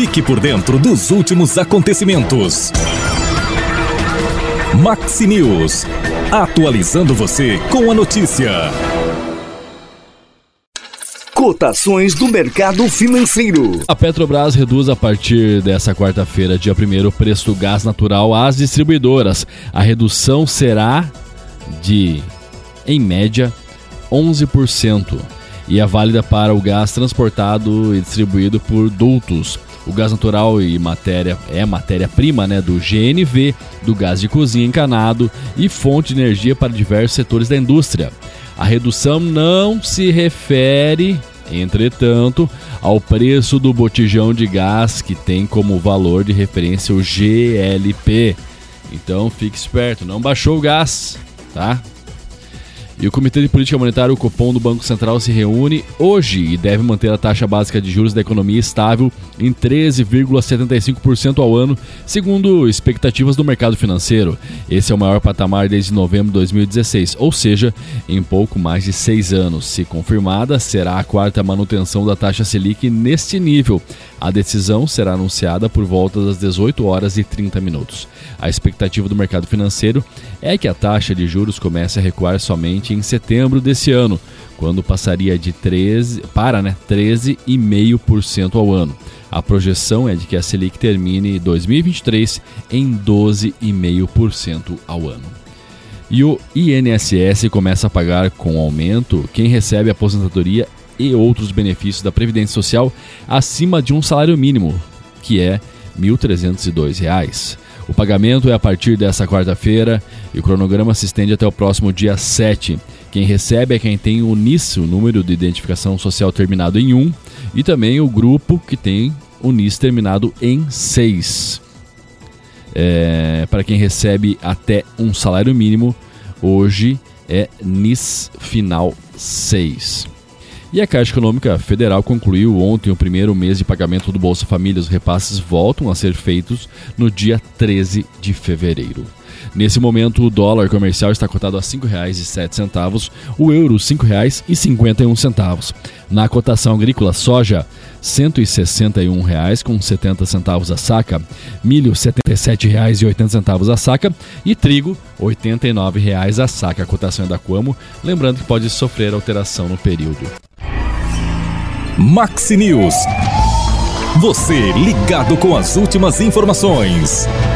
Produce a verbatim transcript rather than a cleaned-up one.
Fique por dentro dos últimos acontecimentos. Maxi News, atualizando você com a notícia. Cotações do mercado financeiro. A Petrobras reduz a partir dessa quarta-feira, dia primeiro, o preço do gás natural às distribuidoras. A redução será de, em média, onze por cento e é válida para o gás transportado e distribuído por dutos. O gás natural e matéria, é matéria-prima, né, do G N V, do gás de cozinha encanado e fonte de energia para diversos setores da indústria. A redução não se refere, entretanto, ao preço do botijão de gás, que tem como valor de referência o G L P. Então fique esperto, não baixou o gás, tá? E o Comitê de Política Monetária, o Copom do Banco Central, se reúne hoje e deve manter a taxa básica de juros da economia estável em treze vírgula setenta e cinco por cento ao ano, segundo expectativas do mercado financeiro. Esse é o maior patamar desde novembro de dois mil e dezesseis, ou seja, em pouco mais de seis anos. Se confirmada, será a quarta manutenção da taxa Selic neste nível. A decisão será anunciada por volta das dezoito horas e trinta minutos. A expectativa do mercado financeiro é que a taxa de juros comece a recuar somente em setembro desse ano, quando passaria de treze para né, treze vírgula cinco por cento ao ano. A projeção é de que a Selic termine dois mil e vinte e três em doze vírgula cinco por cento ao ano. E o I N S S começa a pagar com aumento quem recebe aposentadoria e outros benefícios da Previdência Social acima de um salário mínimo, que é mil trezentos e dois reais. O pagamento é a partir dessa quarta-feira e o cronograma se estende até o próximo dia sete. Quem recebe é quem tem o N I S, o número de identificação social terminado em um, e também o grupo que tem o N I S terminado em seis. É, para quem recebe até um salário mínimo, hoje é N I S final seis. E a Caixa Econômica Federal concluiu ontem o primeiro mês de pagamento do Bolsa Família. Os repasses voltam a ser feitos no dia treze de fevereiro. Nesse momento, o dólar comercial está cotado a cinco reais e sete centavos, o euro cinco reais e cinquenta e um centavos. Na cotação agrícola, soja cento e sessenta e um reais com setenta centavos a saca, milho setenta e sete reais e oitenta centavos a saca e trigo oitenta e nove reais a saca. A cotação é da Coamo, lembrando que pode sofrer alteração no período. Maxi News. Você ligado com as últimas informações.